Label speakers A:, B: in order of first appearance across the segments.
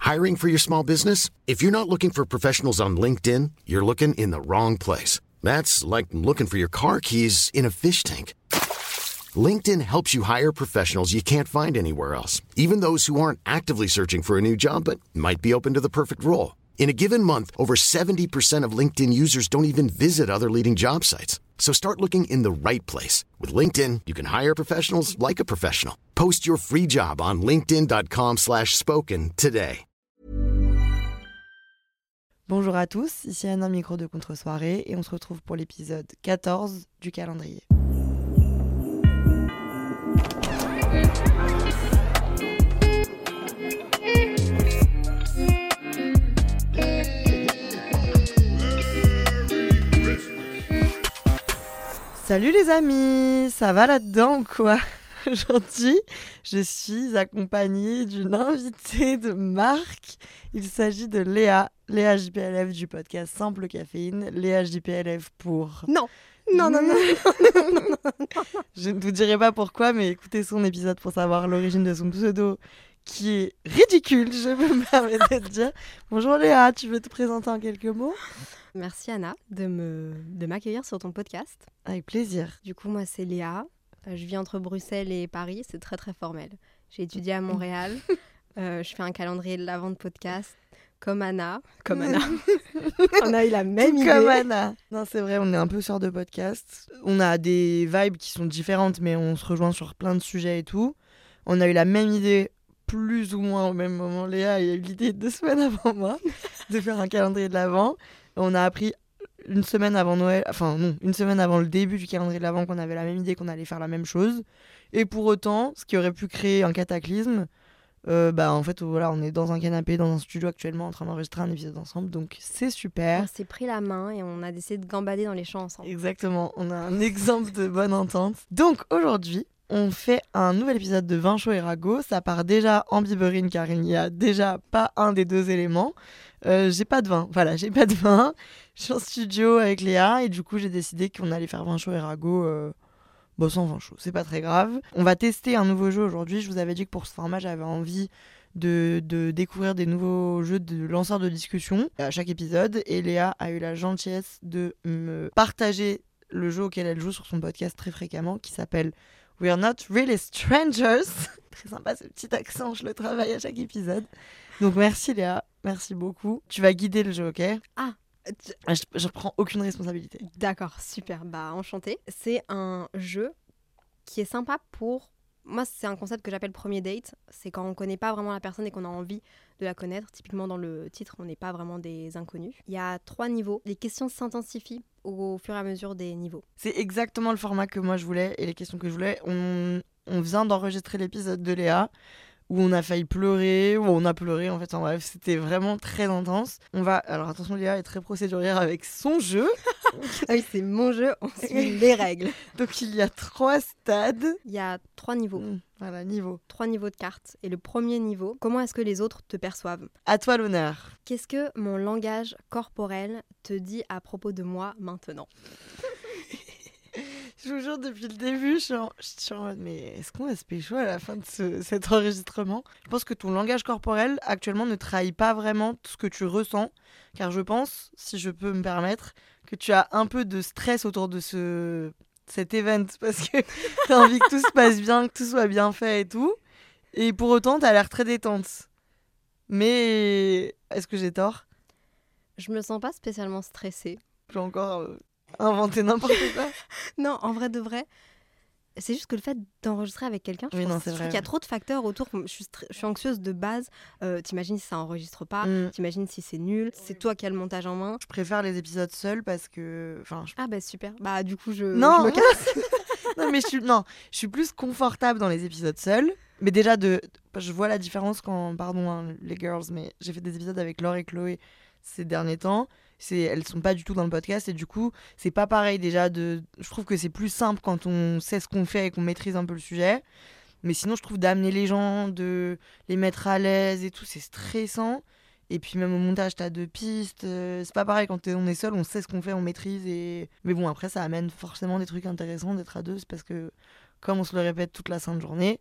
A: Hiring for your small business? If you're not looking for professionals on LinkedIn, you're looking in the wrong place. That's like looking for your car keys in a fish tank. LinkedIn helps you hire professionals you can't find anywhere else, even those who aren't actively searching for a new job but might be open to the perfect role. In a given month, over 70% of LinkedIn users don't even visit other leading job sites. So start looking in the right place. With LinkedIn, you can hire professionals like a professional. Post your free job on linkedin.com/spoken today.
B: Bonjour à tous, ici Anna, micro de contre-soirée, et on se retrouve pour l'épisode 14 du calendrier. Salut les amis, ça va là-dedans ou quoi? Aujourd'hui, je suis accompagnée d'une invitée de marque. Il s'agit de Léa JPLF du podcast Simple Caféine. Léa JPLF pour...
C: Non.
B: Je ne vous dirai pas pourquoi, mais écoutez son épisode pour savoir l'origine de son pseudo qui est ridicule, je me permets de te dire. Bonjour Léa, tu veux te présenter en quelques mots?
C: Merci Anna de m'accueillir sur ton podcast.
B: Avec plaisir.
C: Du coup, moi c'est Léa. Je vis entre Bruxelles et Paris, c'est très très formel. J'ai étudié à Montréal. Je fais un calendrier de l'avant de podcast. Comme Anna. On a eu la même idée.
B: Comme Anna. Non, c'est vrai, on est un peu sœurs de podcast. On a des vibes qui sont différentes, mais on se rejoint sur plein de sujets et tout. On a eu la même idée, plus ou moins au même moment. Léa a eu l'idée 2 semaines avant moi de faire un calendrier de l'avant. On a appris une semaine avant Noël, enfin non, une semaine avant le début du calendrier de l'avant qu'on avait la même idée, qu'on allait faire la même chose. Et pour autant, ce qui aurait pu créer un cataclysme, en fait, voilà, on est dans un canapé, dans un studio actuellement en train d'enregistrer un épisode ensemble, donc c'est super.
C: On s'est pris la main et on a décidé de gambader dans les champs ensemble.
B: Exactement, on a un exemple de bonne entente. Donc aujourd'hui, on fait un nouvel épisode de Vin chaud et ragot. Ça part déjà en biberine car il n'y a déjà pas un des deux éléments. J'ai pas de vin. Je suis en studio avec Léa et du coup j'ai décidé qu'on allait faire Vin chaud et ragot sans vin chaud. C'est pas très grave. On va tester un nouveau jeu aujourd'hui. Je vous avais dit que pour ce format j'avais envie de découvrir des nouveaux jeux de lanceurs de discussion à chaque épisode, et Léa a eu la gentillesse de me partager le jeu auquel elle joue sur son podcast très fréquemment, qui s'appelle We're Not Really Strangers. Très sympa ce petit accent, je le travaille à chaque épisode. Donc merci Léa, merci beaucoup. Tu vas guider le jeu, ok? Je prends aucune responsabilité.
C: D'accord, super, enchantée. C'est un jeu qui est sympa pour... Moi, c'est un concept que j'appelle premier date. C'est quand on connaît pas vraiment la personne et qu'on a envie de la connaître. Typiquement, dans le titre, on n'est pas vraiment des inconnus. Il y a 3 niveaux. Les questions s'intensifient au fur et à mesure des niveaux.
B: C'est exactement le format que moi je voulais et les questions que je voulais. On vient d'enregistrer l'épisode de Léa où on a failli pleurer, où on a pleuré en fait. En bref, c'était vraiment très intense. Alors attention, Léa est très procédurière avec son jeu.
C: Ah oui, c'est mon jeu, on suit les règles.
B: Donc il y a 3 stades.
C: Il y a 3 niveaux.
B: Voilà, niveau.
C: 3 niveaux de cartes. Et le premier niveau, comment est-ce que les autres te perçoivent?
B: À toi l'honneur.
C: Qu'est-ce que mon langage corporel te dit à propos de moi maintenant?
B: Je vous jure, depuis le début, je suis en mode, mais est-ce qu'on va se pécho à la fin de cet enregistrement? Je pense que ton langage corporel, actuellement, ne trahit pas vraiment tout ce que tu ressens, car je pense, si je peux me permettre, que tu as un peu de stress autour de cet event, parce que tu as envie que tout se passe bien, que tout soit bien fait et tout, et pour autant, tu as l'air très détente. Mais est-ce que j'ai tort?
C: Je me sens pas spécialement stressée.
B: J'ai encore... inventer n'importe quoi.
C: Non, en vrai de vrai, c'est juste que le fait d'enregistrer avec quelqu'un, je trouve qu'il y a trop de facteurs autour. Je suis anxieuse de base. T'imagines si ça enregistre pas, t'imagines si c'est nul, c'est toi qui as le montage en main.
B: Je préfère les épisodes seuls parce que...
C: super. Du coup, je
B: non,
C: me casse.
B: Non, mais je suis plus confortable dans les épisodes seuls. Mais déjà, je vois la différence quand... Pardon, les girls, mais j'ai fait des épisodes avec Laure et Chloé ces derniers temps. Elles sont pas du tout dans le podcast et du coup c'est pas pareil déjà. Je trouve que c'est plus simple quand on sait ce qu'on fait et qu'on maîtrise un peu le sujet, mais sinon je trouve d'amener les gens, de les mettre à l'aise et tout, c'est stressant. Et puis même au montage t'as 2 pistes, c'est pas pareil quand on est seul, on sait ce qu'on fait, on maîtrise mais bon, après ça amène forcément des trucs intéressants d'être à 2, c'est parce que comme on se le répète toute la sainte journée,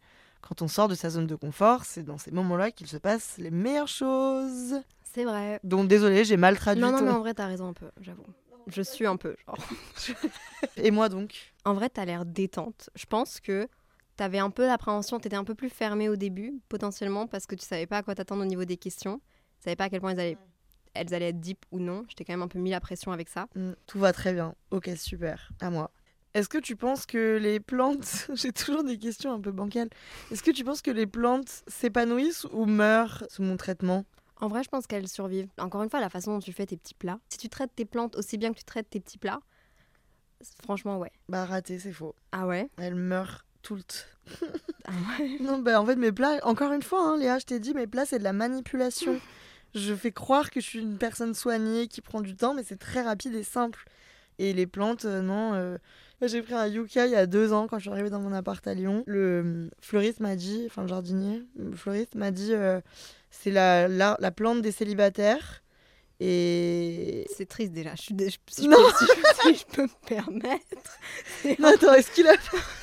B: quand on sort de sa zone de confort, c'est dans ces moments-là qu'il se passe les meilleures choses.
C: C'est vrai.
B: Donc désolé, j'ai mal traduit.
C: Non, mais en vrai, t'as raison un peu, j'avoue. Je suis un peu, genre.
B: Et moi donc?
C: En vrai, t'as l'air détente. Je pense que t'avais un peu d'appréhension, t'étais un peu plus fermée au début, potentiellement, parce que tu savais pas à quoi t'attendre au niveau des questions. Tu savais pas à quel point elles allaient être deep ou non. Je t'ai quand même un peu mis la pression avec ça.
B: Tout va très bien. Ok, super. À moi. Est-ce que tu penses que les plantes... J'ai toujours des questions un peu bancales. Est-ce que tu penses que les plantes s'épanouissent ou meurent sous mon traitement?
C: En vrai, je pense qu'elles survivent. Encore une fois, la façon dont tu fais tes petits plats. Si tu traites tes plantes aussi bien que tu traites tes petits plats, franchement, ouais.
B: Bah raté, c'est faux.
C: Ah ouais?
B: Elles meurent toutes.
C: Ah ouais?
B: Non, bah en fait, mes plats... Encore une fois, hein, Léa, je t'ai dit, mes plats, c'est de la manipulation. Je fais croire que je suis une personne soignée qui prend du temps, mais c'est très rapide et simple. Et les plantes, non... J'ai pris un yucca il y a 2 ans quand je suis arrivée dans mon appart à Lyon. Le fleuriste m'a dit, enfin le jardinier, le fleuriste m'a dit c'est la plante des célibataires. Et...
C: C'est triste déjà. Si
B: Non.
C: je peux me permettre.
B: Non, attends, est-ce qu'il a...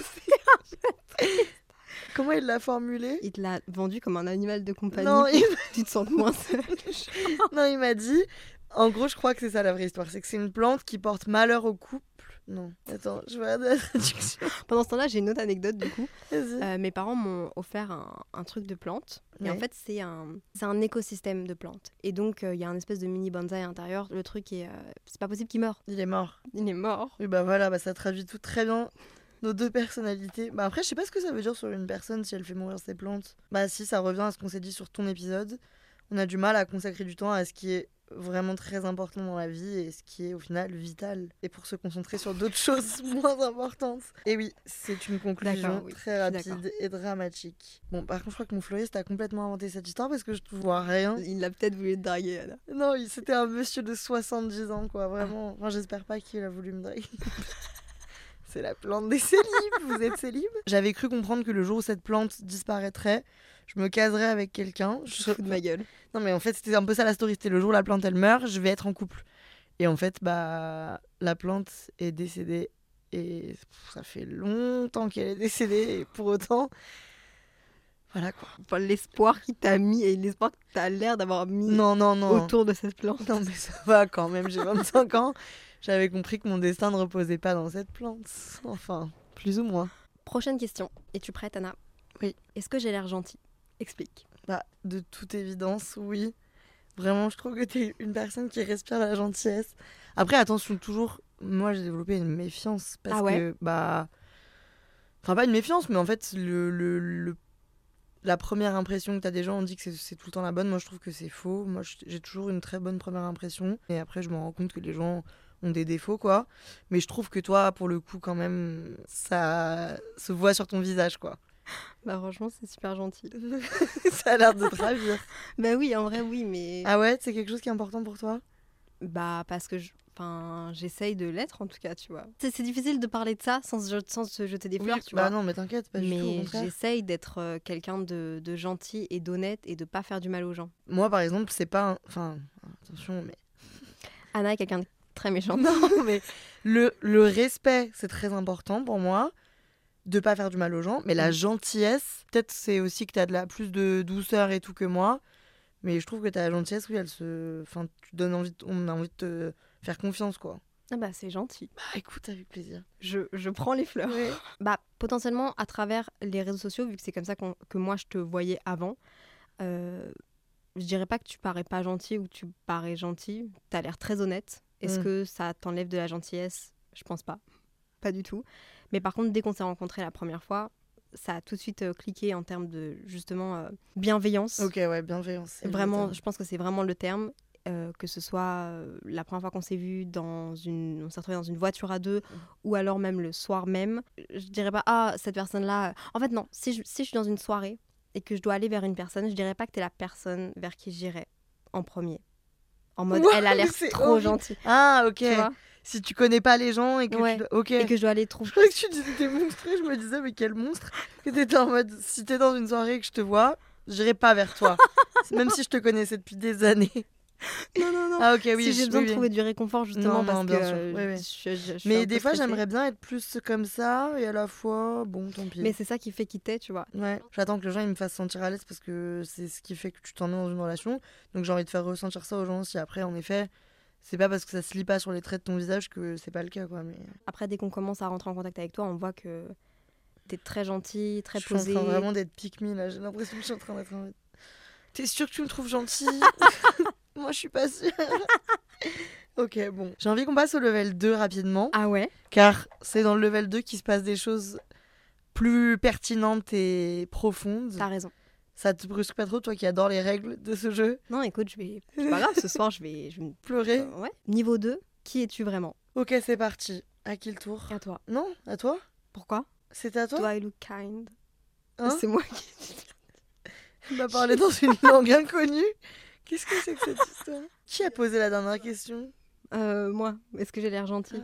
B: Comment il l'a formulé?
C: Il te l'a vendu comme un animal de compagnie.
B: Non,
C: Tu te sens moins seule.
B: Non, il m'a dit... En gros, je crois que c'est ça la vraie histoire. C'est que c'est une plante qui porte malheur au couple. Non, attends, je vais regarder la traduction.
C: Pendant ce temps-là, j'ai une autre anecdote du coup.
B: Vas-y.
C: Mes parents m'ont offert un truc de plante. Et
B: Ouais.
C: en fait, c'est un écosystème de plantes. Et donc, il y a un espèce de mini bonsaï à l'intérieur. Le truc est... c'est pas possible qu'il meure.
B: Il est mort.
C: Il est mort.
B: Oui, bah voilà, bah ça traduit tout très bien nos 2 personnalités. Bah après, je sais pas ce que ça veut dire sur une personne si elle fait mourir ses plantes. Bah si, ça revient à ce qu'on s'est dit sur ton épisode. On a du mal à consacrer du temps à ce qui est vraiment très important dans la vie et ce qui est au final vital. Et pour se concentrer sur d'autres choses moins importantes. Et oui, c'est une conclusion
C: D'accord, oui,
B: très
C: je suis
B: rapide et dramatique. Bon, par contre, je crois que mon fleuriste a complètement inventé cette histoire parce que je ne vois rien.
C: Il a peut-être voulu te draguer, Anna.
B: Non, c'était un monsieur de 70 ans, quoi, vraiment. Enfin, j'espère pas qu'il a voulu me draguer. C'est la plante des célibes, vous êtes célib? J'avais cru comprendre que le jour où cette plante disparaîtrait, je me caserais avec quelqu'un.
C: Je te fous de ma gueule.
B: Non, mais en fait, c'était un peu ça la story. C'était le jour où la plante, elle meurt, je vais être en couple. Et en fait, bah, la plante est décédée. Et ça fait longtemps qu'elle est décédée. Et pour autant, voilà quoi.
C: Enfin, l'espoir qu'il t'a mis et l'espoir que t'as l'air d'avoir mis
B: Non.
C: autour de cette plante.
B: Non, mais ça va quand même, j'ai 25 ans. J'avais compris que mon destin ne reposait pas dans cette plante. Enfin, plus ou moins.
C: Prochaine question. Es-tu prête, Anna?
B: Oui.
C: Est-ce que j'ai l'air gentille? Explique.
B: Bah, de toute évidence, oui. Vraiment, je trouve que t'es une personne qui respire la gentillesse. Après, attention, toujours, moi j'ai développé une méfiance. Parce que, bah. Enfin, pas une méfiance, mais en fait, la première impression que t'as des gens, on dit que c'est tout le temps la bonne. Moi, je trouve que c'est faux. Moi, j'ai toujours une très bonne première impression. Et après, je me rends compte que les gens ont des défauts, quoi. Mais je trouve que toi, pour le coup, quand même, ça se voit sur ton visage, quoi.
C: Bah franchement, c'est super gentil.
B: Ça a l'air de te ravir.
C: Bah oui, en vrai, oui, mais...
B: Ah ouais, c'est quelque chose qui est important pour toi?
C: Bah parce que j'essaye de l'être, en tout cas, tu vois. C'est difficile de parler de ça sans se jeter des fleurs, tu
B: bah
C: vois.
B: non, mais t'inquiète, pas du tout, au
C: Mais
B: contraire.
C: j'essaye d'être quelqu'un de gentil et d'honnête et de pas faire du mal aux gens.
B: Moi, par exemple, c'est pas... Enfin, attention, mais...
C: Anna est quelqu'un de très méchant.
B: Non, mais le respect, c'est très important pour moi. De pas faire du mal aux gens. Mais la gentillesse, peut-être c'est aussi que t'as plus de douceur et tout que moi. Mais je trouve que ta gentillesse, oui, enfin, tu donnes envie, on a envie de te faire confiance, quoi.
C: Ah bah c'est gentil.
B: Bah écoute, avec plaisir.
C: Je prends les fleurs.
B: Ouais.
C: Bah potentiellement à travers les réseaux sociaux, vu que c'est comme ça que moi je te voyais avant, je dirais pas que tu parais pas gentil ou que tu parais gentil. T'as l'air très honnête. Est-ce que ça t'enlève de la gentillesse? Je pense pas. Pas du tout. Mais par contre, dès qu'on s'est rencontrés la première fois, ça a tout de suite cliqué en termes de, justement, bienveillance.
B: Ok, ouais, bienveillance. c'est
C: Vraiment,
B: le
C: je pense que c'est vraiment le terme. Que ce soit la première fois qu'on s'est vu, on s'est retrouvés dans une voiture à deux, ou alors même le soir même. Je dirais pas, cette personne-là... En fait, non. Si je suis dans une soirée et que je dois aller vers une personne, je dirais pas que t'es la personne vers qui j'irais en premier. En mode,
B: Ouais,
C: elle a l'air
B: c'est
C: trop
B: horrible.
C: gentille.
B: Ah, ok.
C: Tu vois?
B: Si tu connais pas les gens et que
C: Ouais.
B: Ok.
C: Et que je dois aller trouver...
B: Je croyais que tu disais t'es monstrueux, je me disais mais quel monstre. Que t'étais en mode si t'es dans une soirée et que je te vois, j'irai pas vers toi. Même si je te connaissais depuis des années.
C: Non.
B: Ah ok, oui.
C: Si j'ai besoin de
B: oui.
C: trouver du réconfort, justement,
B: Non,
C: parce
B: bien
C: que
B: sûr, oui.
C: je suis
B: Mais
C: un peu
B: des fois,
C: stressée.
B: j'aimerais bien être plus comme ça et à la fois, bon, tant pis.
C: Mais c'est ça qui fait quitter, tu vois.
B: Ouais, j'attends que les gens ils me fassent sentir à l'aise parce que c'est ce qui fait que tu t'en mets dans une relation. Donc j'ai envie de faire ressentir ça aux gens aussi. Après, en effet, c'est pas parce que ça se lit pas sur les traits de ton visage que c'est pas le cas, quoi. Mais
C: Après, dès qu'on commence à rentrer en contact avec toi, on voit que t'es très gentil, très
B: je suis
C: posé.
B: en train vraiment d'être pick me là. J'ai l'impression que je suis en train d'être en mode, t'es sûr que tu me trouves gentil? Moi, je suis pas sûre. Ok, bon. J'ai envie qu'on passe au level 2 rapidement.
C: Ah ouais?
B: Car c'est dans le level 2 qu'il se passe des choses plus pertinentes et profondes.
C: T'as raison.
B: Ça te brusque pas trop, toi qui adore les règles de ce jeu?
C: Non, écoute, c'est pas grave, ce soir, je vais me...
B: Pleurer?
C: Ouais. Niveau 2, qui es-tu vraiment?
B: Ok, c'est parti. À qui le tour?
C: À toi.
B: Non, à toi?
C: Pourquoi?
B: C'est à toi?
C: Do I look kind?
B: Hein?
C: C'est moi qui...
B: Elle m'a parlé dans une langue inconnue. Qu'est-ce que c'est que cette histoire? Qui a posé la dernière question?
C: Moi, est-ce que j'ai l'air gentille?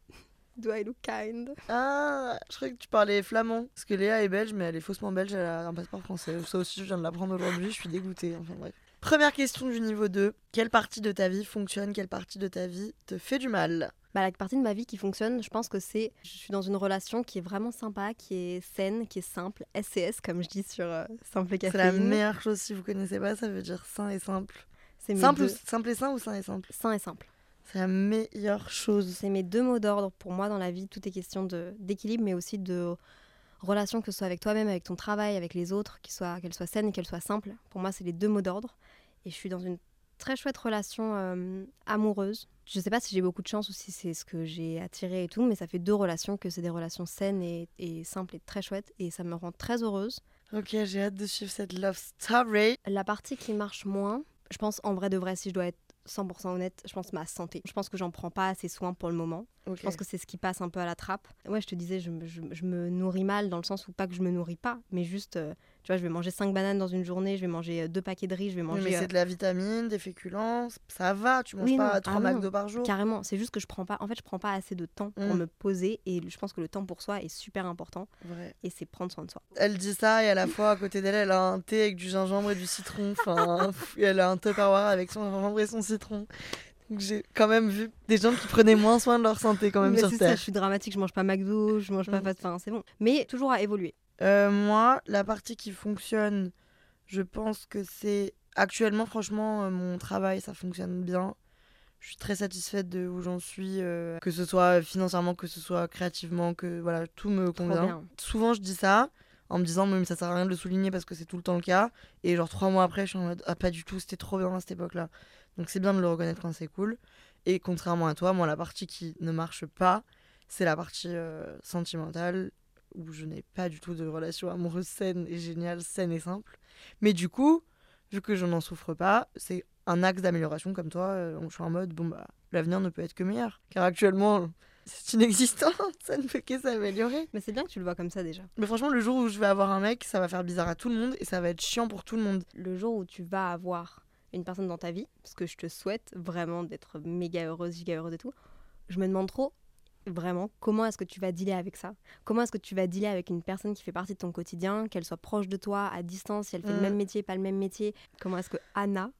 C: Do I look kind?
B: Ah, je croyais que tu parlais flamand. Parce que Léa est belge, mais elle est faussement belge, elle a un passeport français. Ça aussi, je viens de l'apprendre aujourd'hui, je suis dégoûtée. Enfin bref. Première question du niveau 2. Quelle partie de ta vie fonctionne? Quelle partie de ta vie te fait du mal?
C: Bah, la partie de ma vie qui fonctionne, je pense que c'est... Je suis dans une relation qui est vraiment sympa, qui est saine, qui est simple. SCS, comme je dis sur Simple et
B: C'est
C: Caféine.
B: la meilleure chose, si vous connaissez pas, ça veut dire sain et simple.
C: C'est mes
B: Simple,
C: deux-
B: simple et sain ou sain et simple?
C: Sain et simple.
B: C'est la meilleure chose.
C: C'est mes deux mots d'ordre. Pour moi, dans la vie, tout est question d'équilibre, mais aussi de relation, que ce soit avec toi-même, avec ton travail, avec les autres, qu'elle soit saine et qu'elle soit simple. Pour moi, c'est les deux mots d'ordre. Et je suis dans une très chouette relation amoureuse. Je sais pas si j'ai beaucoup de chance ou si c'est ce que j'ai attiré et tout, mais ça fait 2 relations que c'est des relations saines et simples et très chouettes. Et ça me rend très heureuse.
B: Ok, j'ai hâte de suivre cette love story.
C: La partie qui marche moins, je pense en vrai de vrai, si je dois être 100% honnête, je pense ma santé. Je pense que j'en prends pas assez soin pour le moment.
B: Ok.
C: Je pense que c'est ce qui passe un peu à la trappe. Ouais, je te disais, je me nourris mal dans le sens où pas que je me nourris pas, mais juste, tu vois, je vais manger 5 bananes dans une journée, je vais manger 2 paquets de riz, je vais
B: Oui,
C: manger...
B: mais c'est de la vitamine, des féculents, ça va, tu manges
C: Oui,
B: pas
C: non.
B: 3
C: Ah non.
B: McDo par jour.
C: Carrément, c'est juste que je prends pas assez de temps pour me poser et je pense que le temps pour soi est super important
B: Vrai.
C: et c'est prendre soin de soi.
B: Elle dit ça et à la fois à côté d'elle, elle a un thé avec du gingembre et du citron. Enfin, et elle a un Tupperware avec son gingembre et son citron. Donc j'ai quand même vu des gens qui prenaient moins soin de leur santé quand même
C: Mais
B: sur
C: c'est ça,
B: Terre.
C: je suis dramatique, je mange pas McDo, je mange pas fast, enfin c'est bon. Mais toujours à évoluer.
B: Moi, la partie qui fonctionne, je pense que c'est... Actuellement, franchement, mon travail, ça fonctionne bien. Je suis très satisfaite de où j'en suis, que ce soit financièrement, que ce soit créativement, que voilà, tout me
C: Trop
B: convient.
C: bien.
B: Souvent, je dis ça en me disant, mais ça sert à rien de le souligner parce que c'est tout le temps le cas. Et genre 3 mois après, je suis en mode, ah pas du tout, c'était trop bien à cette époque-là. Donc c'est bien de le reconnaître quand c'est cool. Et contrairement à toi, moi, la partie qui ne marche pas, c'est la partie sentimentale, où je n'ai pas du tout de relation amoureuse saine et géniale, saine et simple. Mais du coup, vu que je n'en souffre pas, c'est un axe d'amélioration comme toi. Je suis en mode, bon bah, l'avenir ne peut être que meilleur. Car actuellement, c'est inexistant, ça ne peut que s'améliorer.
C: Mais c'est bien que tu le vois comme ça déjà.
B: Mais franchement, le jour où je vais avoir un mec, ça va faire bizarre à tout le monde et ça va être chiant pour tout le monde.
C: Le jour où tu vas avoir une personne dans ta vie, parce que je te souhaite vraiment d'être méga heureuse, giga heureuse et tout, je me demande trop, vraiment, comment est-ce que tu vas dealer avec ça? Comment est-ce que tu vas dealer avec une personne qui fait partie de ton quotidien, qu'elle soit proche de toi, à distance, si elle fait le même métier, pas le même métier? Comment est-ce que Anna...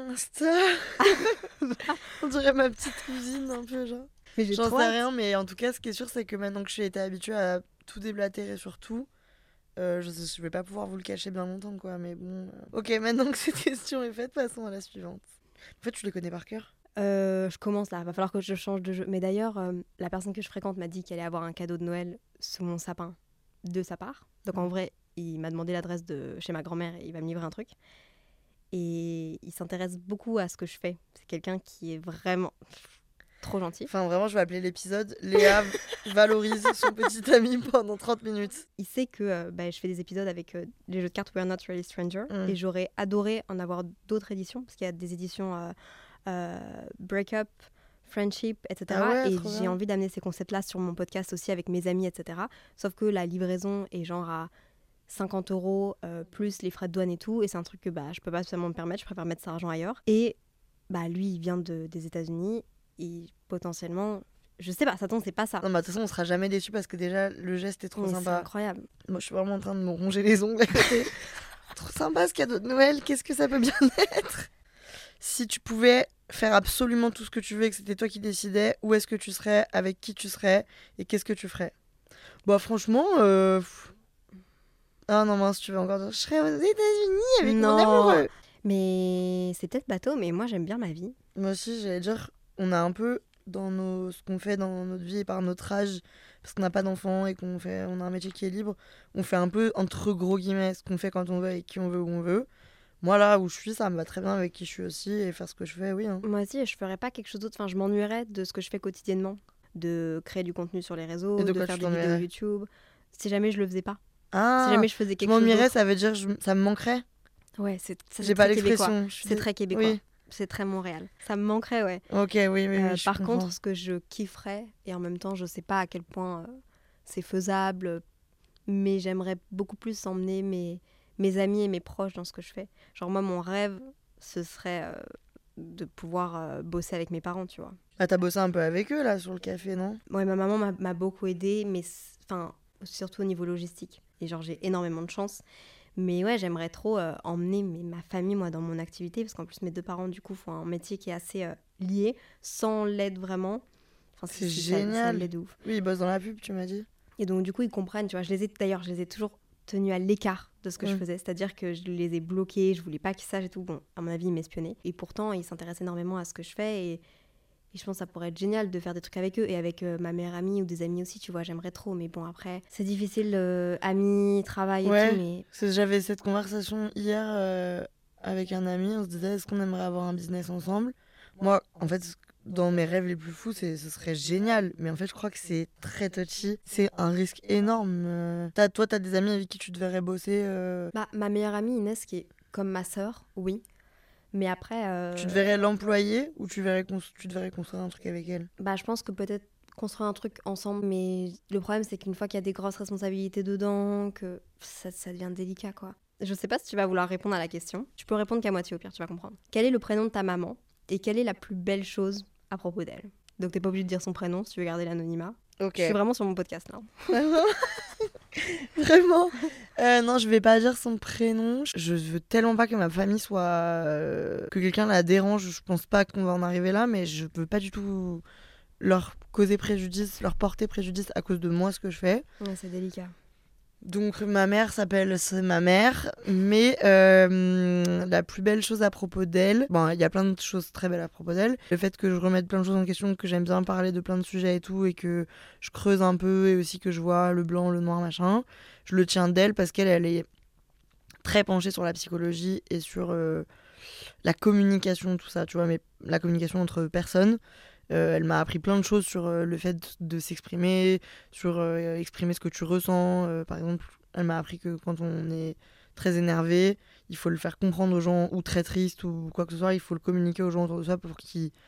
B: On dirait ma petite cousine un peu, genre.
C: Mais j'ai
B: J'en
C: trop
B: sais
C: hâte.
B: rien, mais en tout cas, ce qui est sûr, c'est que maintenant que j'ai été habituée à tout déblatérer sur tout, je vais pas pouvoir vous le cacher bien longtemps, quoi. Mais bon. Ok, maintenant que cette question est faite, passons à la suivante. En fait, tu les connais par cœur?
C: Je commence là, va falloir que je change de jeu. Mais d'ailleurs, la personne que je fréquente m'a dit qu'elle allait avoir un cadeau de Noël sous mon sapin de sa part. Donc en vrai, il m'a demandé l'adresse de chez ma grand-mère et il va me livrer un truc. Et il s'intéresse beaucoup à ce que je fais. C'est quelqu'un qui est vraiment trop gentil.
B: Enfin, vraiment, je vais appeler l'épisode Léa valorise son petit ami pendant 30 minutes.
C: Il sait que je fais des épisodes avec les jeux de cartes We're Not Really Stranger. Et j'aurais adoré en avoir d'autres éditions, parce qu'il y a des éditions Break-up, Friendship, etc.
B: Ah ouais,
C: et
B: trop
C: j'ai
B: bien.
C: envie d'amener ces concepts-là sur mon podcast aussi avec mes amis, etc. Sauf que la livraison est genre à 50 € plus les frais de douane et tout. Et c'est un truc que je peux pas spécialement me permettre. Je préfère mettre cet argent ailleurs. Et lui, il vient des États-Unis. Et potentiellement, je sais pas, ça tombe, c'est pas ça.
B: Non, mais de toute façon, on sera jamais déçus parce que déjà, le geste est trop
C: Mais c'est
B: sympa.
C: incroyable.
B: Moi, je suis vraiment en train de me ronger les ongles à côté. Trop sympa ce cadeau de Noël, qu'est-ce que ça peut bien être? Si tu pouvais faire absolument tout ce que tu veux et que c'était toi qui décidais, où est-ce que tu serais, avec qui tu serais et qu'est-ce que tu ferais? Bah franchement, ah non mince, tu veux encore dire, je serais aux États-Unis avec mon
C: Non.
B: amoureux.
C: Mais c'est peut-être bateau, mais moi j'aime bien ma vie.
B: Moi aussi, j'allais dire, on a un peu ce qu'on fait dans notre vie et par notre âge, parce qu'on n'a pas d'enfants et on a un métier qui est libre, on fait un peu entre gros guillemets ce qu'on fait quand on veut, avec qui on veut, où on veut. Moi là où je suis, ça me va très bien avec qui je suis aussi et faire ce que je fais, oui. Hein.
C: Moi aussi, je ferais pas quelque chose d'autre. Enfin, je m'ennuierais de ce que je fais quotidiennement, de créer du contenu sur les réseaux,
B: Et de
C: de
B: quoi
C: faire
B: tu
C: des vidéos
B: t'ennuierais?
C: YouTube. Si jamais je le faisais pas,
B: Ah,
C: si jamais je faisais
B: je
C: quelque chose
B: m'ennuierais,
C: d'autre.
B: ça veut dire ça me manquerait.
C: Ouais, ça,
B: J'ai pas l'expression.
C: C'est très québécois.
B: Oui.
C: C'est très Montréal. Ça me manquerait, ouais.
B: Ok, oui, je
C: Par
B: comprends.
C: contre, ce que je kifferais, et en même temps, je sais pas à quel point c'est faisable, mais j'aimerais beaucoup plus emmener mes amis et mes proches dans ce que je fais. Genre, moi, mon rêve, ce serait de pouvoir bosser avec mes parents, tu vois.
B: Ah, t'as bossé un peu avec eux là sur le café, non?
C: Ouais, ma maman m'a beaucoup aidée, mais enfin, surtout au niveau logistique. Et genre, j'ai énormément de chance. Mais ouais, j'aimerais trop emmener ma famille, moi, dans mon activité, parce qu'en plus, mes deux parents, du coup, font un métier qui est assez lié, sans l'aide vraiment. Enfin,
B: C'est
C: ça
B: génial.
C: l'aide de ouf.
B: Oui, ils bossent dans la pub, tu m'as dit.
C: Et donc, du coup, ils comprennent, tu vois. Je les ai toujours tenus à l'écart de ce que je faisais. C'est-à-dire que je les ai bloqués, je voulais pas qu'ils sachent et tout. Bon, à mon avis, ils m'espionnaient. Et pourtant, ils s'intéressent énormément à ce que je fais. Et je pense que ça pourrait être génial de faire des trucs avec eux et avec ma meilleure amie ou des amis aussi, tu vois, j'aimerais trop. Mais bon, après, c'est difficile, amis, travail et
B: Ouais.
C: tout, mais...
B: J'avais cette conversation hier avec un ami, on se disait est-ce qu'on aimerait avoir un business ensemble? Moi, en fait, dans mes rêves les plus fous, ce serait génial, mais en fait, je crois que c'est très touchy, c'est un risque énorme. Toi, t'as des amis avec qui tu te verrais bosser
C: Bah, ma meilleure amie Inès, qui est comme ma sœur, oui. Mais après...
B: Tu te verrais l'employer ou tu te verrais construire un truc avec elle?
C: Bah, je pense que peut-être construire un truc ensemble, mais le problème, c'est qu'une fois qu'il y a des grosses responsabilités dedans, que ça devient délicat, quoi. Je sais pas si tu vas vouloir répondre à la question. Tu peux répondre qu'à moitié, au pire, tu vas comprendre. Quel est le prénom de ta maman et quelle est la plus belle chose à propos d'elle? Donc, t'es pas obligé de dire son prénom si tu veux garder l'anonymat.
B: Ok.
C: Je suis vraiment sur mon podcast, là.
B: Vraiment? Vraiment? Non, je vais pas dire son prénom. Je veux tellement pas que ma famille soit... que quelqu'un la dérange. Je pense pas qu'on va en arriver là, mais je veux pas du tout leur causer préjudice, leur porter préjudice à cause de moi, ce que je fais.
C: Ouais, c'est délicat.
B: Donc ma mère c'est ma mère, mais la plus belle chose à propos d'elle, bon il y a plein de choses très belles à propos d'elle, le fait que je remette plein de choses en question, que j'aime bien parler de plein de sujets et tout, et que je creuse un peu, et aussi que je vois le blanc, le noir, machin, je le tiens d'elle parce qu'elle est très penchée sur la psychologie et sur la communication, tout ça, tu vois, mais la communication entre personnes. Elle m'a appris plein de choses sur le fait de s'exprimer, sur exprimer ce que tu ressens. Par exemple, elle m'a appris que quand on est très énervé, il faut le faire comprendre aux gens, ou très triste, ou quoi que ce soit, il faut le communiquer aux gens autour de soi pour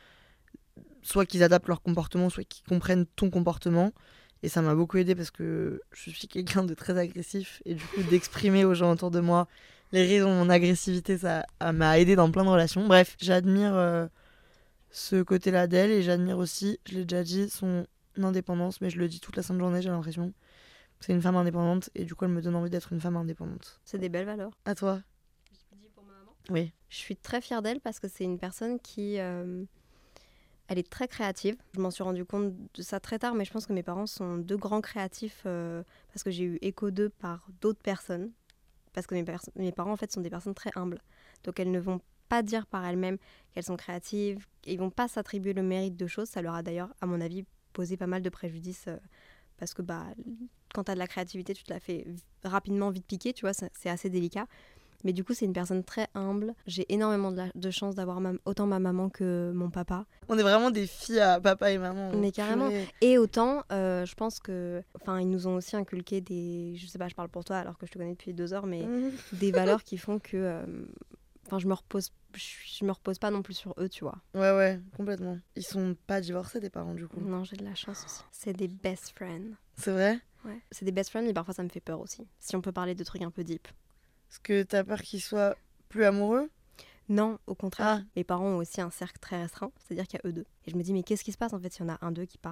B: soit qu'ils adaptent leur comportement, soit qu'ils comprennent ton comportement. Et ça m'a beaucoup aidé parce que je suis quelqu'un de très agressif, et du coup d'exprimer aux gens autour de moi les raisons de mon agressivité, ça m'a aidé dans plein de relations. Bref, j'admire ce côté-là d'elle, et j'admire aussi, je l'ai déjà dit, son indépendance, mais je le dis toute la sainte journée, j'ai l'impression. C'est une femme indépendante, et du coup elle me donne envie d'être une femme indépendante.
C: C'est des belles valeurs.
B: À toi?
C: Je dis pour ma maman.
B: Oui.
C: Je suis très fière d'elle parce que c'est une personne qui... elle est très créative. Je m'en suis rendu compte de ça très tard, mais je pense que mes parents sont deux grands créatifs parce que j'ai eu écho d'eux par d'autres personnes. Parce que mes parents, en fait, sont des personnes très humbles. Donc, elles ne vont pas dire par elles-mêmes qu'elles sont créatives. Ils vont pas s'attribuer le mérite de choses. Ça leur a d'ailleurs, à mon avis, posé pas mal de préjudice parce que quand tu as de la créativité, tu te la fais rapidement vite piquer, tu vois, c'est assez délicat. Mais du coup, c'est une personne très humble. J'ai énormément de chance d'avoir autant ma maman que mon papa.
B: On est vraiment des filles à papa et maman.
C: Mais carrément.
B: Purée.
C: Et autant, je pense que... Enfin, ils nous ont aussi inculqué je sais pas, je parle pour toi alors que je te connais depuis 2 heures, mais des valeurs qui font que... Enfin, je me repose pas non plus sur eux, tu vois.
B: Ouais, complètement. Ils sont pas divorcés, tes parents, du coup?
C: Non, j'ai de la chance aussi. C'est des best friends.
B: C'est vrai?
C: Ouais. C'est des best friends, mais parfois ça me fait peur aussi. Si on peut parler de trucs un peu deep.
B: Est-ce que t'as peur qu'ils soient plus amoureux?
C: Non, au contraire.
B: Ah.
C: Mes parents ont aussi un cercle très restreint, c'est-à-dire qu'il y a eux deux. Et je me dis, mais qu'est-ce qui se passe en fait si on a un d'eux qui part?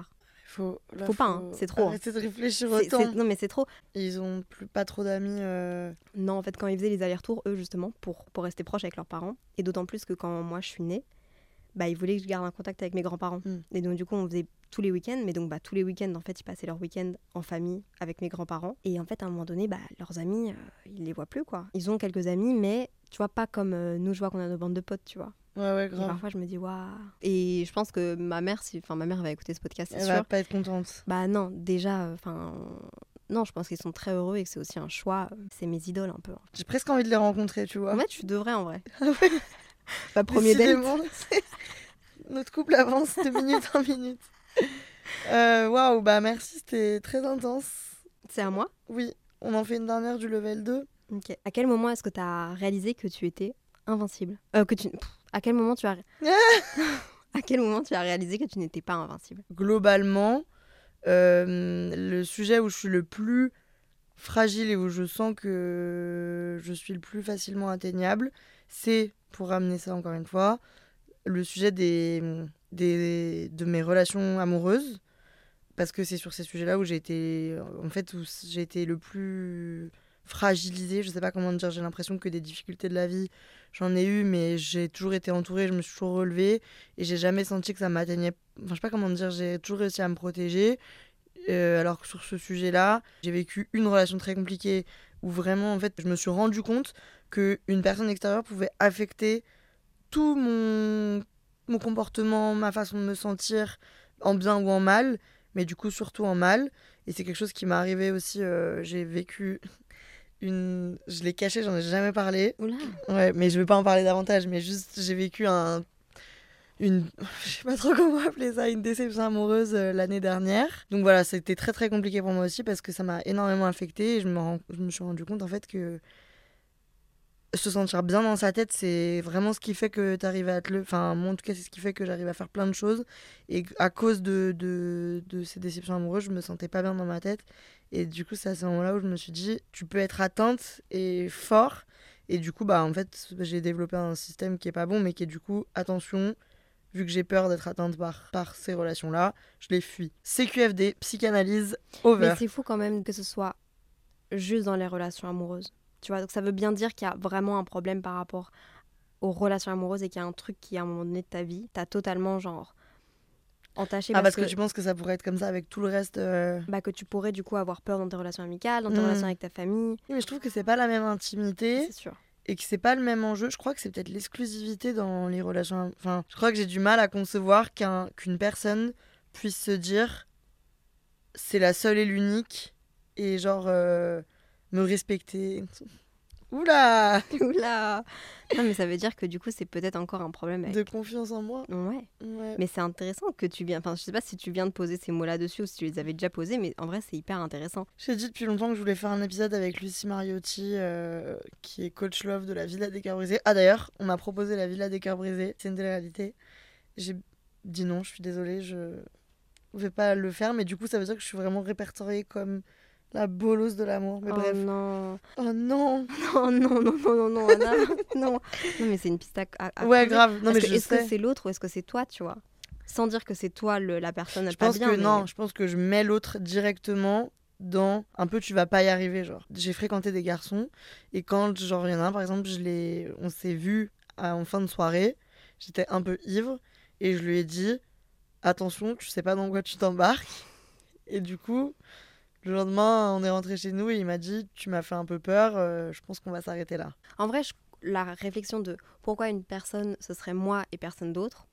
B: Faut
C: pas, hein, c'est trop.
B: Arrêter de réfléchir autant.
C: Non, mais c'est trop.
B: Ils ont pas trop d'amis.
C: Non, en fait, quand ils faisaient les allers-retours, eux, justement, pour rester proches avec leurs parents, et d'autant plus que quand moi je suis née, ils voulaient que je garde un contact avec mes grands-parents. Et donc, du coup, on faisait tous les week-ends, mais donc, tous les week-ends, en fait, ils passaient leur week-end en famille avec mes grands-parents. Et en fait, à un moment donné, leurs amis, ils les voient plus, quoi. Ils ont quelques amis, mais tu vois, pas comme nous, je vois qu'on a nos bandes de potes, tu vois.
B: Ouais,
C: Et
B: grave.
C: parfois, je me dis, waouh. Et je pense que ma mère va écouter ce podcast, c'est
B: Elle
C: sûr.
B: va pas être contente.
C: Non, déjà, non, je pense qu'ils sont très heureux et que c'est aussi un choix. C'est mes idoles un peu.
B: J'ai presque envie de les rencontrer, tu vois.
C: En fait, tu devrais en vrai.
B: Ah ouais.
C: Premier date.
B: Décidément, notre couple avance de minute en minute. Waouh, merci, c'était très intense.
C: C'est à moi?
B: Oui, on en fait une dernière du level 2.
C: Ok. À quel moment est-ce que tu as réalisé que tu étais invincible? À quel moment tu as... À quel moment tu as réalisé que tu n'étais pas invincible?
B: Globalement, le sujet où je suis le plus fragile et où je sens que je suis le plus facilement atteignable, c'est, pour ramener ça encore une fois, le sujet de mes relations amoureuses, parce que c'est sur ces sujets-là où j'ai été le plus fragilisée. Je sais pas comment dire, j'ai l'impression que des difficultés de la vie, j'en ai eu, mais j'ai toujours été entourée, je me suis toujours relevée et j'ai jamais senti que ça m'atteignait. Enfin, je sais pas comment dire, j'ai toujours réussi à me protéger. Alors que sur ce sujet-là, j'ai vécu une relation très compliquée où vraiment, en fait, je me suis rendu compte qu'une personne extérieure pouvait affecter tout mon comportement, ma façon de me sentir, en bien ou en mal, mais du coup, surtout en mal. Et c'est quelque chose qui m'est arrivé aussi. J'ai vécu Je l'ai caché, j'en ai jamais parlé.
C: Oula.
B: Ouais, mais je vais pas en parler davantage, mais juste, j'ai vécu je sais pas trop comment appeler ça, une déception amoureuse l'année dernière. Donc voilà, c'était très très compliqué pour moi aussi parce que ça m'a énormément affectée et je me suis rendu compte en fait que se sentir bien dans sa tête, c'est vraiment ce qui fait que t'arrives à Enfin, moi en tout cas, c'est ce qui fait que j'arrive à faire plein de choses. Et à cause de ces déceptions amoureuses, je me sentais pas bien dans ma tête. Et du coup, c'est à ce moment-là où je me suis dit, tu peux être atteinte et fort. Et du coup, en fait, j'ai développé un système qui est pas bon, mais qui est du coup, attention, vu que j'ai peur d'être atteinte par ces relations-là, je les fuis. CQFD, psychanalyse, over.
C: Mais c'est fou quand même que ce soit juste dans les relations amoureuses. Tu vois, donc ça veut bien dire qu'il y a vraiment un problème par rapport aux relations amoureuses et qu'il y a un truc qui, à un moment donné de ta vie, t'as totalement, entaché.
B: Parce que tu penses que ça pourrait être comme ça avec tout le reste
C: que tu pourrais, du coup, avoir peur dans tes relations amicales, dans tes relations avec ta famille.
B: Oui, mais je trouve que c'est pas la même intimité.
C: C'est sûr.
B: Et que c'est pas le même enjeu. Je crois que c'est peut-être l'exclusivité dans les relations. Enfin, je crois que j'ai du mal à concevoir qu'une personne puisse se dire c'est la seule et l'unique et me respecter. Oula
C: Oula. Non, mais ça veut dire que du coup, c'est peut-être encore un problème avec...
B: De confiance en moi.
C: Ouais.
B: Ouais.
C: Mais c'est intéressant que tu viens... Enfin, je sais pas si tu viens de poser ces mots là-dessus ou si tu les avais déjà posés, mais en vrai, c'est hyper intéressant.
B: J'ai dit depuis longtemps que je voulais faire un épisode avec Lucie Mariotti, qui est coach love de la Villa des Cœurs Brisés. Ah d'ailleurs, on m'a proposé la Villa des Cœurs Brisés. C'est une télé-réalité. J'ai dit non, je suis désolée, je vais pas le faire. Mais du coup, ça veut dire que je suis vraiment répertoriée comme... la bolosse de l'amour, mais bref.
C: Non.
B: Oh non.
C: Non, Anna. Non, mais c'est une piste à
B: ouais,
C: creuser.
B: grave. Non, mais
C: est-ce que c'est l'autre ou est-ce que c'est toi, tu vois? Sans dire que c'est toi la personne
B: je
C: pas
B: pense
C: bien.
B: que
C: mais...
B: non, je pense que je mets l'autre directement dans un peu tu vas pas y arriver, genre. J'ai fréquenté des garçons et quand il y en a un par exemple, on s'est vu en fin de soirée, j'étais un peu ivre et je lui ai dit attention, tu sais pas dans quoi tu t'embarques. Et du coup, le lendemain, on est rentré chez nous et il m'a dit tu m'as fait un peu peur, je pense qu'on va s'arrêter là.
C: En vrai, la réflexion de pourquoi une personne ce serait moi et personne d'autre,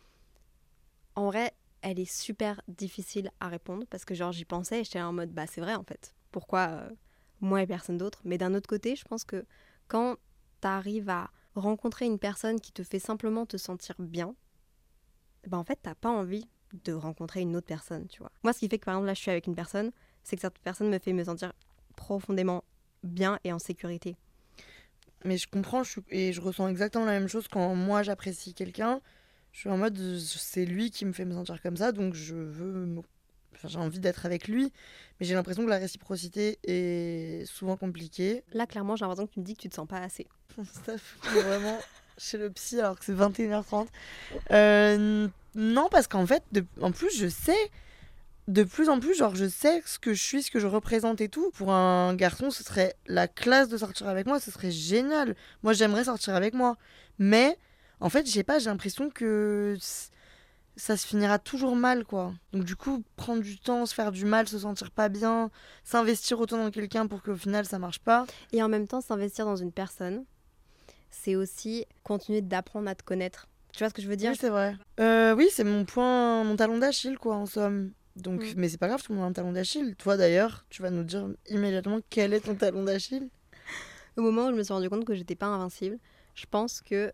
C: en vrai, elle est super difficile à répondre parce que j'y pensais et j'étais en mode c'est vrai en fait. Pourquoi moi et personne d'autre? Mais d'un autre côté, je pense que quand t'arrives à rencontrer une personne qui te fait simplement te sentir bien, en fait, t'as pas envie de rencontrer une autre personne, tu vois. Moi, ce qui fait que par exemple là, je suis avec une personne, c'est que cette personne me fait me sentir profondément bien et en sécurité.
B: Mais je comprends et je ressens exactement la même chose quand moi j'apprécie quelqu'un. Je suis en mode, c'est lui qui me fait me sentir comme ça, donc j'ai envie d'être avec lui. Mais j'ai l'impression que la réciprocité est souvent compliquée.
C: Là, clairement, j'ai l'impression que tu me dis que tu te sens pas assez.
B: Ça fait vraiment chez le psy alors que c'est 21h30. Non, parce qu'en fait, en plus, je sais de plus en plus, genre, je sais ce que je suis, ce que je représente et tout. Pour un garçon, ce serait la classe de sortir avec moi, ce serait génial. Moi, j'aimerais sortir avec moi. Mais, en fait, je sais pas, j'ai l'impression que ça se finira toujours mal, quoi. Donc, du coup, prendre du temps, se faire du mal, se sentir pas bien, s'investir autant dans quelqu'un pour qu'au final, ça marche pas.
C: Et en même temps, s'investir dans une personne, c'est aussi continuer d'apprendre à te connaître. Tu vois ce que je veux dire ?
B: Oui, c'est vrai. Oui, c'est mon talon d'Achille, quoi, en somme. Donc, mais c'est pas grave, tout le monde a un talon d'Achille. Toi, d'ailleurs, tu vas nous dire immédiatement quel est ton talon d'Achille.
C: Au moment où je me suis rendu compte que j'étais pas invincible, je pense que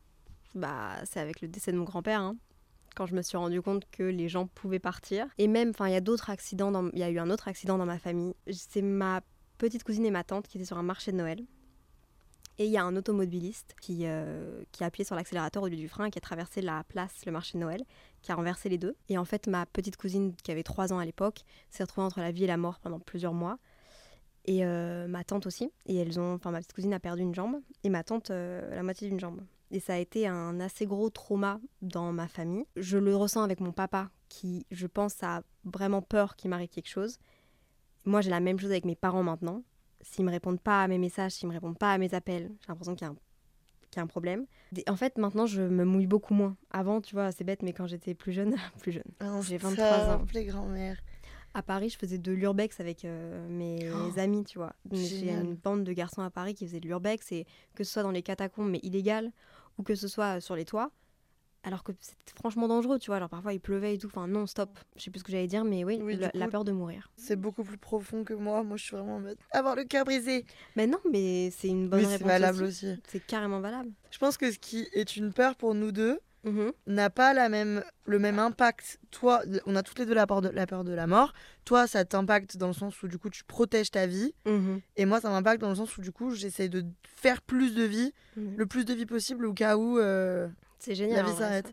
C: c'est avec le décès de mon grand-père, hein, quand je me suis rendu compte que les gens pouvaient partir. Et même, il y a d'autres accidents, il y a eu un autre accident dans ma famille. C'est ma petite cousine et ma tante qui étaient sur un marché de Noël. Et il y a un automobiliste qui a appuyé sur l'accélérateur au lieu du frein et qui a traversé la place, le marché de Noël, qui a renversé les deux. Et en fait, ma petite cousine, qui avait 3 ans à l'époque, s'est retrouvée entre la vie et la mort pendant plusieurs mois. Et ma tante aussi. Et ma petite cousine a perdu une jambe et ma tante la moitié d'une jambe. Et ça a été un assez gros trauma dans ma famille. Je le ressens avec mon papa qui, je pense, a vraiment peur qu'il m'arrive quelque chose. Moi, j'ai la même chose avec mes parents maintenant. S'ils me répondent pas à mes messages, s'ils me répondent pas à mes appels, j'ai l'impression qu'il y a un problème. En fait, maintenant, je me mouille beaucoup moins. Avant, tu vois, c'est bête, mais quand j'étais plus jeune, j'ai 23 ans.
B: Les grand-mères.
C: À Paris, je faisais de l'urbex avec mes amis, tu vois. J'ai une bande de garçons à Paris qui faisaient de l'urbex, et que ce soit dans les catacombes, mais illégales, ou que ce soit sur les toits. Alors que c'était franchement dangereux, tu vois. Alors parfois, il pleuvait et tout. Enfin, non, stop. Je sais plus ce que j'allais dire, mais oui, la peur de mourir.
B: C'est beaucoup plus profond que moi. Moi, je suis vraiment en mode avoir le cœur brisé.
C: Mais non, mais c'est une bonne réponse.
B: C'est valable aussi.
C: C'est carrément valable.
B: Je pense que ce qui est une peur pour nous deux n'a pas le même impact. Toi, on a toutes les deux la peur de la mort. Toi, ça t'impacte dans le sens où du coup, tu protèges ta vie. Et moi, ça m'impacte dans le sens où du coup, j'essaie de faire plus de vie, le plus de vie possible au cas où...
C: C'est génial.
B: La vie s'arrête.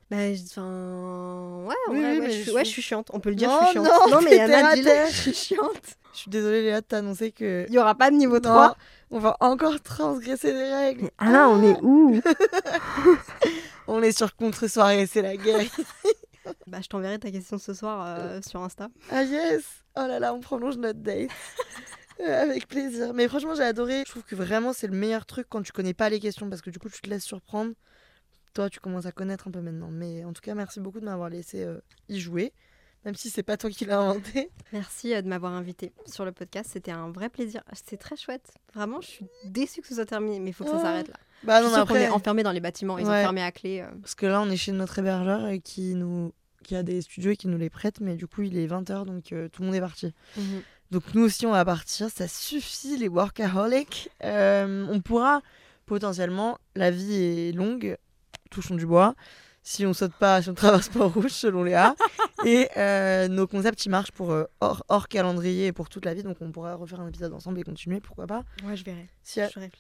C: Je suis chiante. On peut le dire,
B: non,
C: je suis chiante.
B: Non, mais Yana,
C: je suis chiante.
B: Je suis désolée, Léa, de t'annoncer que...
C: Il n'y aura pas de niveau 3.
B: On va encore transgresser les règles.
C: Mais là, on est où?
B: On est sur contre-soirée, c'est la guerre.
C: Je t'enverrai ta question ce soir sur Insta.
B: Ah yes. Oh là là, on prolonge notre date. Avec plaisir. Mais franchement, j'ai adoré. Je trouve que vraiment, c'est le meilleur truc quand tu connais pas les questions, parce que du coup, tu te laisses surprendre. Toi, tu commences à connaître un peu maintenant. Mais en tout cas, merci beaucoup de m'avoir laissé y jouer, même si c'est pas toi qui l'as inventé.
C: Merci de m'avoir invité sur le podcast. C'était un vrai plaisir. C'était très chouette. Vraiment, je suis déçue que ce soit terminé, mais il faut que ça s'arrête là.
B: Bah non,
C: je suis sûre qu'on est enfermés dans les bâtiments. Ils ont fermé à clé.
B: Parce que là, on est chez notre hébergeur qui a des studios et qui nous les prête, mais du coup, il est 20h, donc tout le monde est parti. Donc nous aussi, on va partir. Ça suffit, les workaholics. On pourra potentiellement, la vie est longue, touchons du bois, si on traverse pas au rouge selon Léa. Et nos concepts ils marchent pour hors calendrier et pour toute la vie, donc on pourra refaire un épisode ensemble et continuer, pourquoi pas.
C: Ouais, je verrai.
B: Je réfléchis.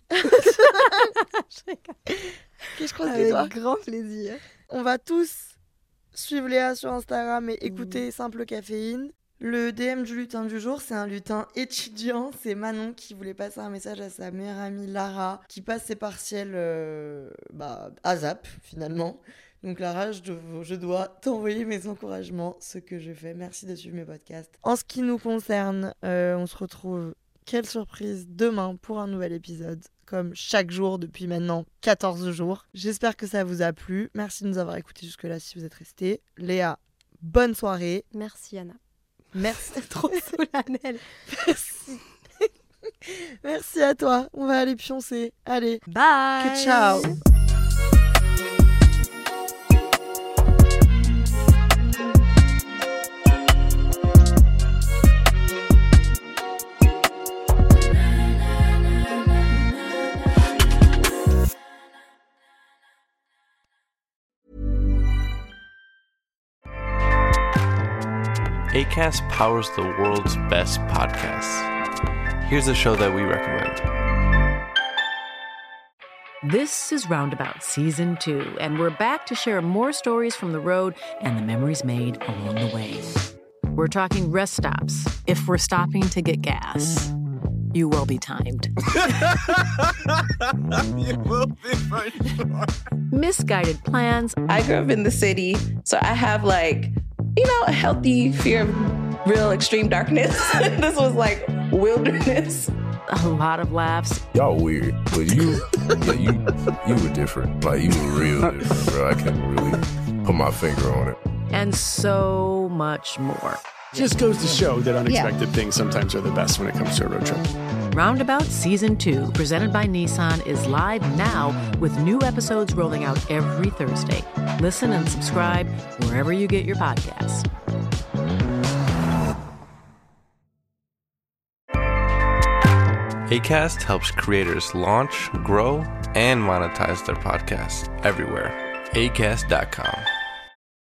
B: Je croise les doigts.
C: Avec grand plaisir.
B: On va tous suivre Léa sur Instagram et écouter Simple Caféine. Le DM du lutin du jour, c'est un lutin étudiant. C'est Manon qui voulait passer un message à sa meilleure amie Lara, qui passe ses partiels à Zap, finalement. Donc Lara, je dois t'envoyer mes encouragements, ce que je fais. Merci de suivre mes podcasts. En ce qui nous concerne, on se retrouve, quelle surprise, demain pour un nouvel épisode, comme chaque jour depuis maintenant 14 jours. J'espère que ça vous a plu. Merci de nous avoir écoutés jusque-là si vous êtes restés. Léa, bonne soirée.
C: Merci Anna.
B: Merci.
C: C'est trop solennel.
B: Merci. Merci à toi. On va aller pioncer. Allez.
C: Bye.
B: Ciao.
D: Acast powers the world's best podcasts. Here's a show that we recommend.
E: This is Roundabout Season 2, and we're back to share more stories from the road and the memories made along the way. We're talking rest stops. If we're stopping to get gas, you will be timed.
D: You will be for sure.
E: Misguided plans.
F: I grew up in the city, so I have a healthy fear of real extreme darkness. This was like wilderness.
E: A lot of laughs.
G: Y'all weird, but you were different. Like, you were real different, bro. I can't really put my finger on it.
E: And so much more.
H: Just goes to show that unexpected things sometimes are the best when it comes to a road trip.
E: Roundabout Season 2, presented by Nissan, is live now with new episodes rolling out every Thursday. Listen and subscribe wherever you get your podcasts.
D: Acast helps creators launch, grow, and monetize their podcasts everywhere. Acast.com.